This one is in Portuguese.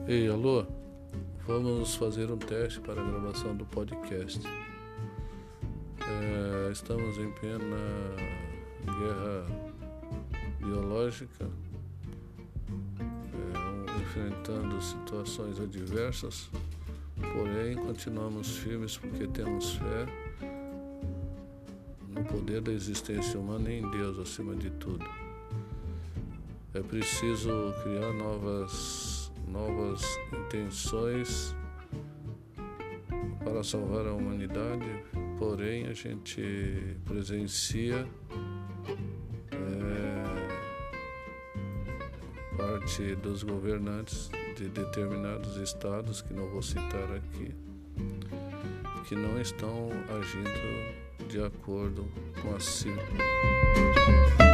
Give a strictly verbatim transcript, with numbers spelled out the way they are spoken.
Ei, alô? Vamos fazer um teste para a gravação do podcast. É, estamos em plena guerra biológica, é, enfrentando situações adversas, porém continuamos firmes porque temos fé no poder da existência humana e em Deus acima de tudo. É preciso criar novas novas intenções para salvar a humanidade, porém a gente presencia é, parte dos governantes de determinados estados, que não vou citar aqui, que não estão agindo de acordo com a civilização.